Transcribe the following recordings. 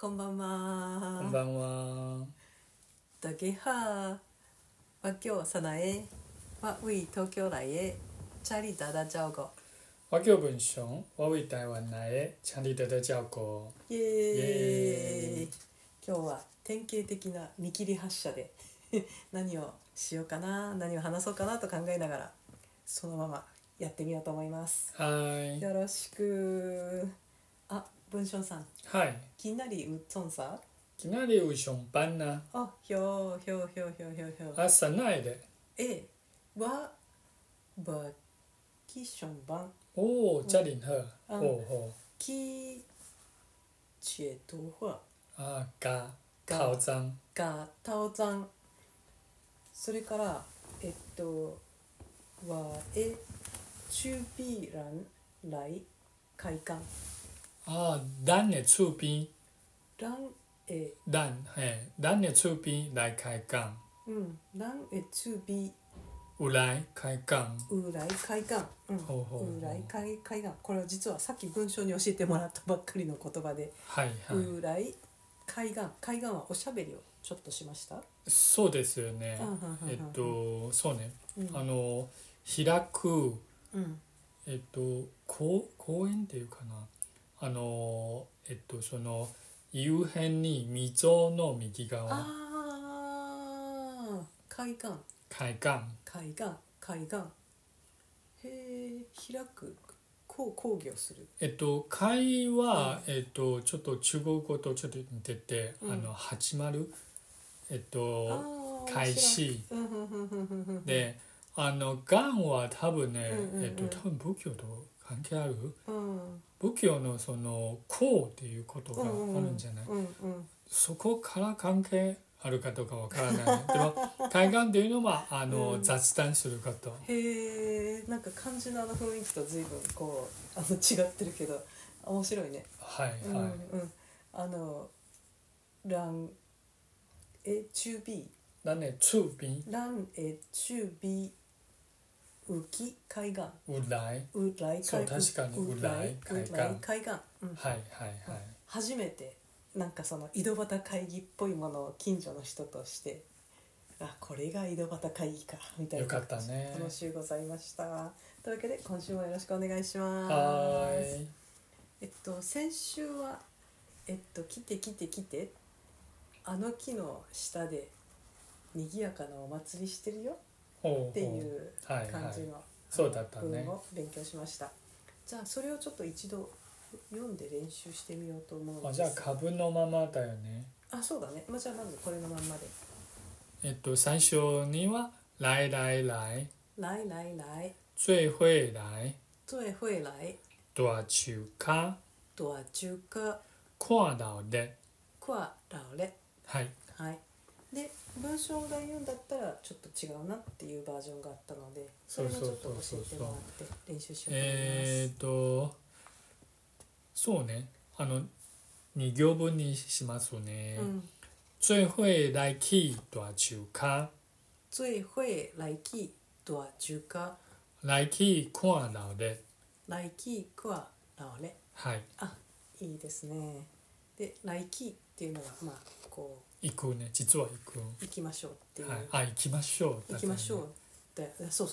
こんばんは。 こんばんは。 大家好。我叫サナエ。我为東京来的。チャリダダ照顧。 我叫文雄，我为台湾来的，请你多多照顧。 イエーイ。今日は典型的な見切り発車で何をしようかな、何を話そうかなと考えながらそのままやってみようと思います。 はい。 よろしく。あ、文章さん。 はい。 きなりうっつんさ。 今日有上班な。 あ、ひょうひょうひょうひょうひょうひょう。 朝ないで。 わばき上班。 おお、家林好。ほうほ去解读话う。が、考章。 が倒産。それからは中必然来開館。 咱的厝边。 咱咱的厝边来開工。 咱中必有来開工。 う来開館。 ほうほうほう。 う来開館。これは実はさっき文章に教えてもらったばっかりの言葉で。 はいはい。 う来開館。開館はおしゃべりをちょっとしました。 そうですよね。そうね。開く。公園っていうかな。その夕辺に溝の右側。 開館。 開館。 開館。開館。へえ、開く。工業する。 開は、ちょっと中国語とちょっと似てて、始まる。開始。で、元は多分ね、多分仏教と関係ある。仏教のその公っていうことがあるんじゃない。そこから関係あるかどうかわからない。でも開眼っていうのは雑談すること。 へえ、なんか漢字の雰囲気と随分こう違ってるけど面白いね。 はいはい。 蘭中美。 蘭中美。 蘭中美。うき海岸。 う来。 う来。 そう、確かにう来海岸。 海岸。はいはいはい。 初めてなんかその井戸端会議っぽいものを近所の人として、これが井戸端会議かみたいな。 よかったね。 楽しゅうございました。というわけで今週もよろしくお願いします。 はい。 先週は来てあの木の下で賑やかなお祭りしてるよっていう感じの文を勉強しました。じゃあそれをちょっと一度読んで練習してみようと思うんです。 じゃあ株のままだよね。 そうだね。じゃあまずこれのまんまで。 最初には来来来。 来来来。 最会来。 最会来。 大樹下。 大樹下。 看老烈。 看老烈。 はい。 はい。で文章が言うんだったらちょっと違うなっていうバージョンがあったので、それもちょっと教えてもらって練習しようと思います。 そうね。2行分にしますね。最会来去大樹下。 最会来去大樹下。 来去看老烈。 来去看老烈。 はい。 いいですね。で来去っていうのはこう行くね。実は行く。 行きましょうっていう。 行きましょう。 行きましょうって。そう。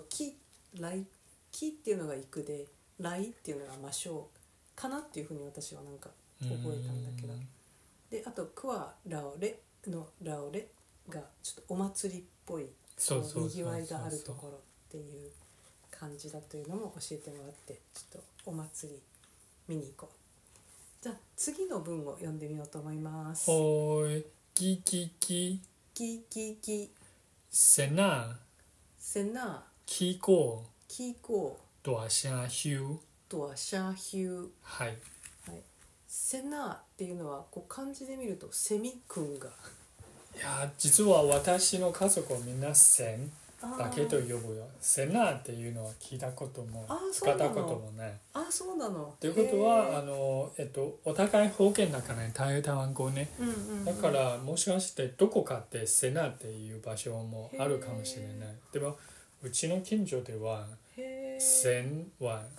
来っていうのが行くで、来っていうのがましょうかなっていうふうに私はなんか覚えたんだけど。であとクワラオレのラオレがちょっとお祭りっぽいにぎわいがあるところっていう感じだというのも教えてもらって、ちょっとお祭り見に行こう。じゃあ次の文を読んでみようと思います。 ほーい。キキキ。 キキキ。 せな。 せな。 聞こう。 聞こう。 大声ヒュー。 大声ヒュー。 はい。 せなっていうのはこう漢字で見るとセミ君が。 いや実は私の家族はみんなセンだけと呼ぶよ。セナっていうのは聞いたことも使ったこともない。 そうなの。 ということはお互い方言だからね、台湾語ね。だからもしかしてどこかってセナっていう場所もあるかもしれない。でもうちの近所ではセンは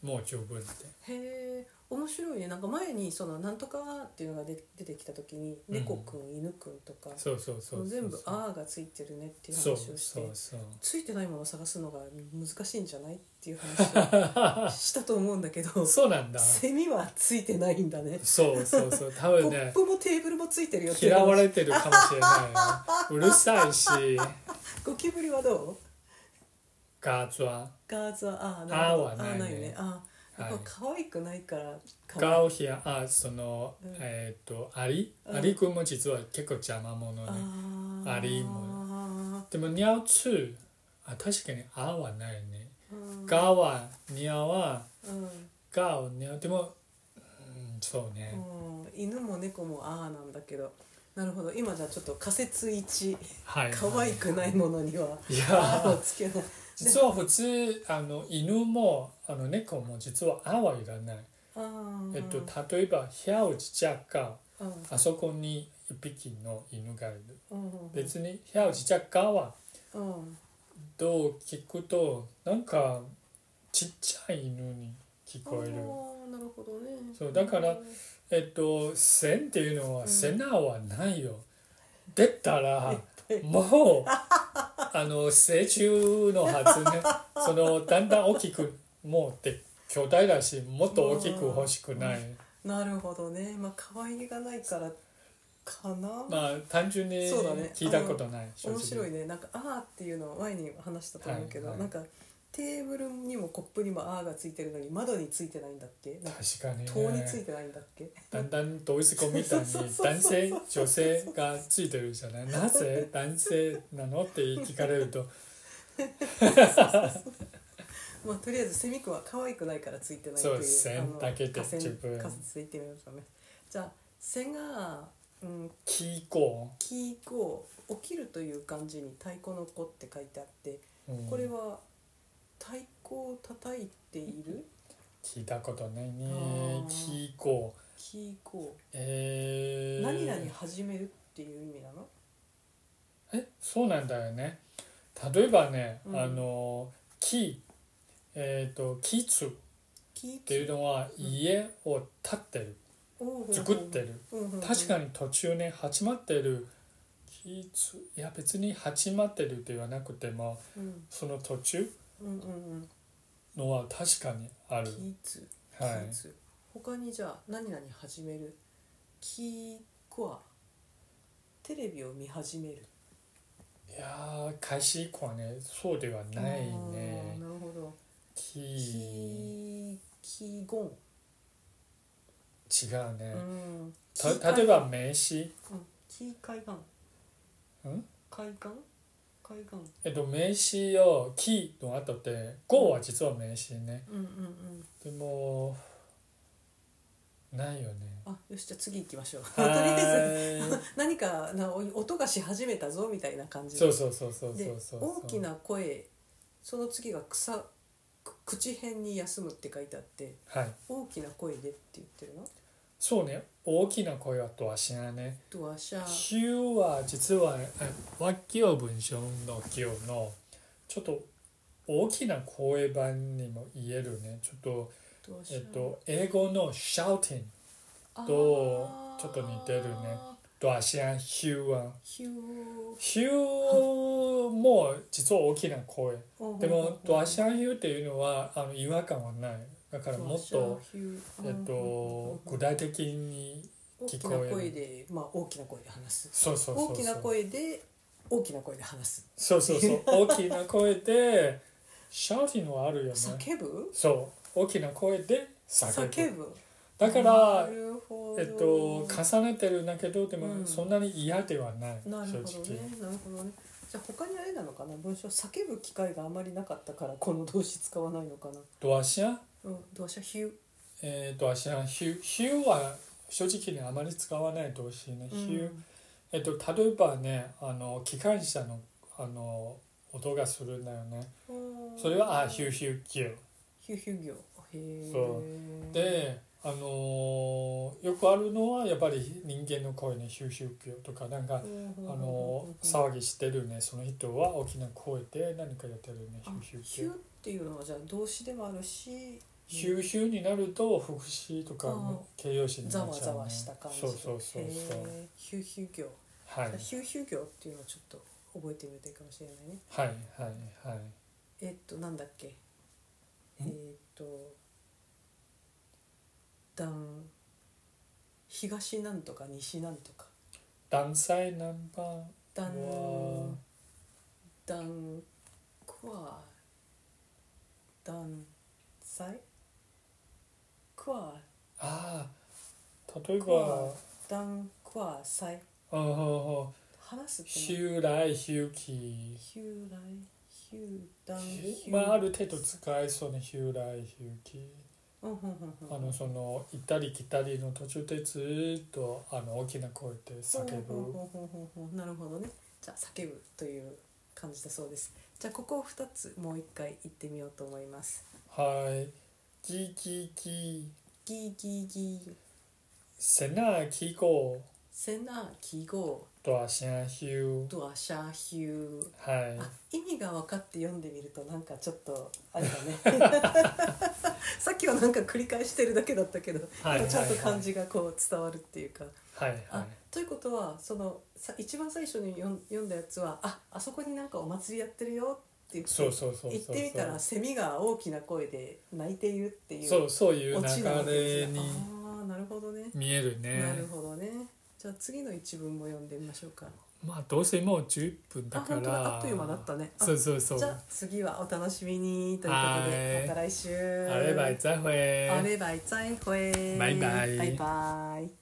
もう十分で。 へえ、面白いね。なんか前にそのなんとかっていうのが出てきた時に、猫くん、犬くんとかそう全部あーがついてるねっていうそう話をして、 そうついてないものを探すのが難しいんじゃないっていう話をしたと思うんだけど、 そうなんだ。 セミはついてないんだね。 そう多分ね、 コップもテーブルもついてるよって嫌われてるかもしれない。うるさいし。 ゴキブリはどう？ ガーツはガーズはあはないね。 ないね。やっぱ可愛くないからガオヒアその、アリくんも実は結構邪魔者ね。アリも。でもニャオツ確かにはないね。ガはニャはガオニャでも、そうね。 犬も猫もなんだけど。なるほど。今じゃあちょっと仮説1、可愛くないものにはをつけない。 実は普通犬も猫も実ははいらない。例えば部屋をちっちゃか、あそこに一匹の犬がいる。別に部屋をちっちゃかは、どう聞くとなんかちっちゃい犬に聞こえる。 なるほどね。 そうだから線っていうのは背中はないよ。出たらもう成虫のはずね。そのだんだん大きくもうで巨大だし、もっと大きく欲しくない。 なるほどね。可愛げがないからかな。 単純に聞いたことない。 面白いね。なんかっていうのを前に話したと思うけど、なんかテーブルにもコップにもがついてるのに窓についてないんだっけ？ 確かにね。 戸についてないんだっけ？ だんだんドイツ語みたいに男性女性がついてるじゃない。なぜ男性なのって聞かれるととりあえずセミ君は可愛くないからついてないという線だけで仮説で言ってみましょうね。じゃあ背が起こ起きるという漢字に太鼓の子って書いてあって、これは太鼓を叩いている？ 聞いたことないね。起こ何々始めるっていう意味なの？ そうなんだよね。例えばね、キツっていうのは家を建ってる、作ってる。確かに途中ね始まってる。いや別に始まってるではなくても、その途中のは確かにある。 他にじゃあ何々始める。はテレビを見始める。 いや開始以降はねそうではないね。 なるほど。 違うね。例えば名詞。名詞をキの後でゴは実は名詞ね。でもないよね。 よしじゃあ次行きましょう。とりあえず何か音がし始めたぞみたいな感じで。大きな声、その次が口辺に休むって書いてあって、大きな声でって言ってるの？ そうね。大きな声はドアシャね。 ドアシャ。 ヒューは実は和行文章の行のちょっと大きな声版にも言えるね。ちょっと英語の shouting とちょっと似てるね。ドアシャヒューはヒューも実は大きな声。でもドアシャヒューっていうのは違和感はない。だからもっと具体的に聞こえる。大きな声で大きな声で話す。 そう大きな声で大きな声で話す。 そう大きな声でシャウティングはあるよね。 叫ぶ？ そう大きな声で叫ぶ。だから重ねてるんだけどでもそんなに嫌ではない。 なるほどね。じゃあ他にあれなのかな。文章叫ぶ機会があまりなかったからこの動詞使わないのかな。 ドアシャ？ ドアシャヒュー。 ドアシャヒューは正直にあまり使わない動詞ね。ヒュー。例えばね機関車の音がするんだよね。それはヒューヒュー業。 ヒューヒュー業。 そうでよくあるのはやっぱり人間の声ねヒューヒュー業とかなんか騒ぎしてるねその人は大きな声で何かやってるねヒューヒュー業。 ヒューっていうのはじゃあ動詞でもあるしヒューヒューになると副詞とかも形容詞になっちゃう、ね、 ざわざわした感じ。 そうそうそうそう。 ヒューヒュー業。 はい。 ヒューヒュー業っていうのをちょっと覚えてみるといいかもしれないね。 はいはいはい。 なんだっけ。東なんとか西なんとか。 断裁ナンバー。 クワああ、例えばクワサイ話すってヒューライヒューキーヒューライヒューダンヒュー、 まあある程度使えそうね。ヒューライヒューキー、その行ったり来たりの途中でずっと大きな声で叫ぶ。 なるほどね。じゃあ叫ぶという感じだそうです。じゃあここを2つもう一回言ってみようと思います。 はい。ギギギギギギセナキゴセナキゴドアシャヒュードアシャヒュー。 はい。 意味が分かって読んでみるとなんかちょっとあれだねさっきはなんか繰り返してるだけだったけど、ちゃんと漢字がこう伝わるっていうか、 はいはい、 ということはその一番最初に読んだやつはあそこになんかお祭りやってるよって言ってみたらセミが大きな声で鳴いているっていう、 そういう流れになるほどね、 見えるね。 なるほどね。じゃあ次の一文も読んでみましょうか。 まあどうせもう10分だから。 本当だ、あっという間だったね。 そうそうそう。 じゃあ次はお楽しみにということで、また来週。 あればい再会。 あればい再会。 バイバイ。 バイバイ。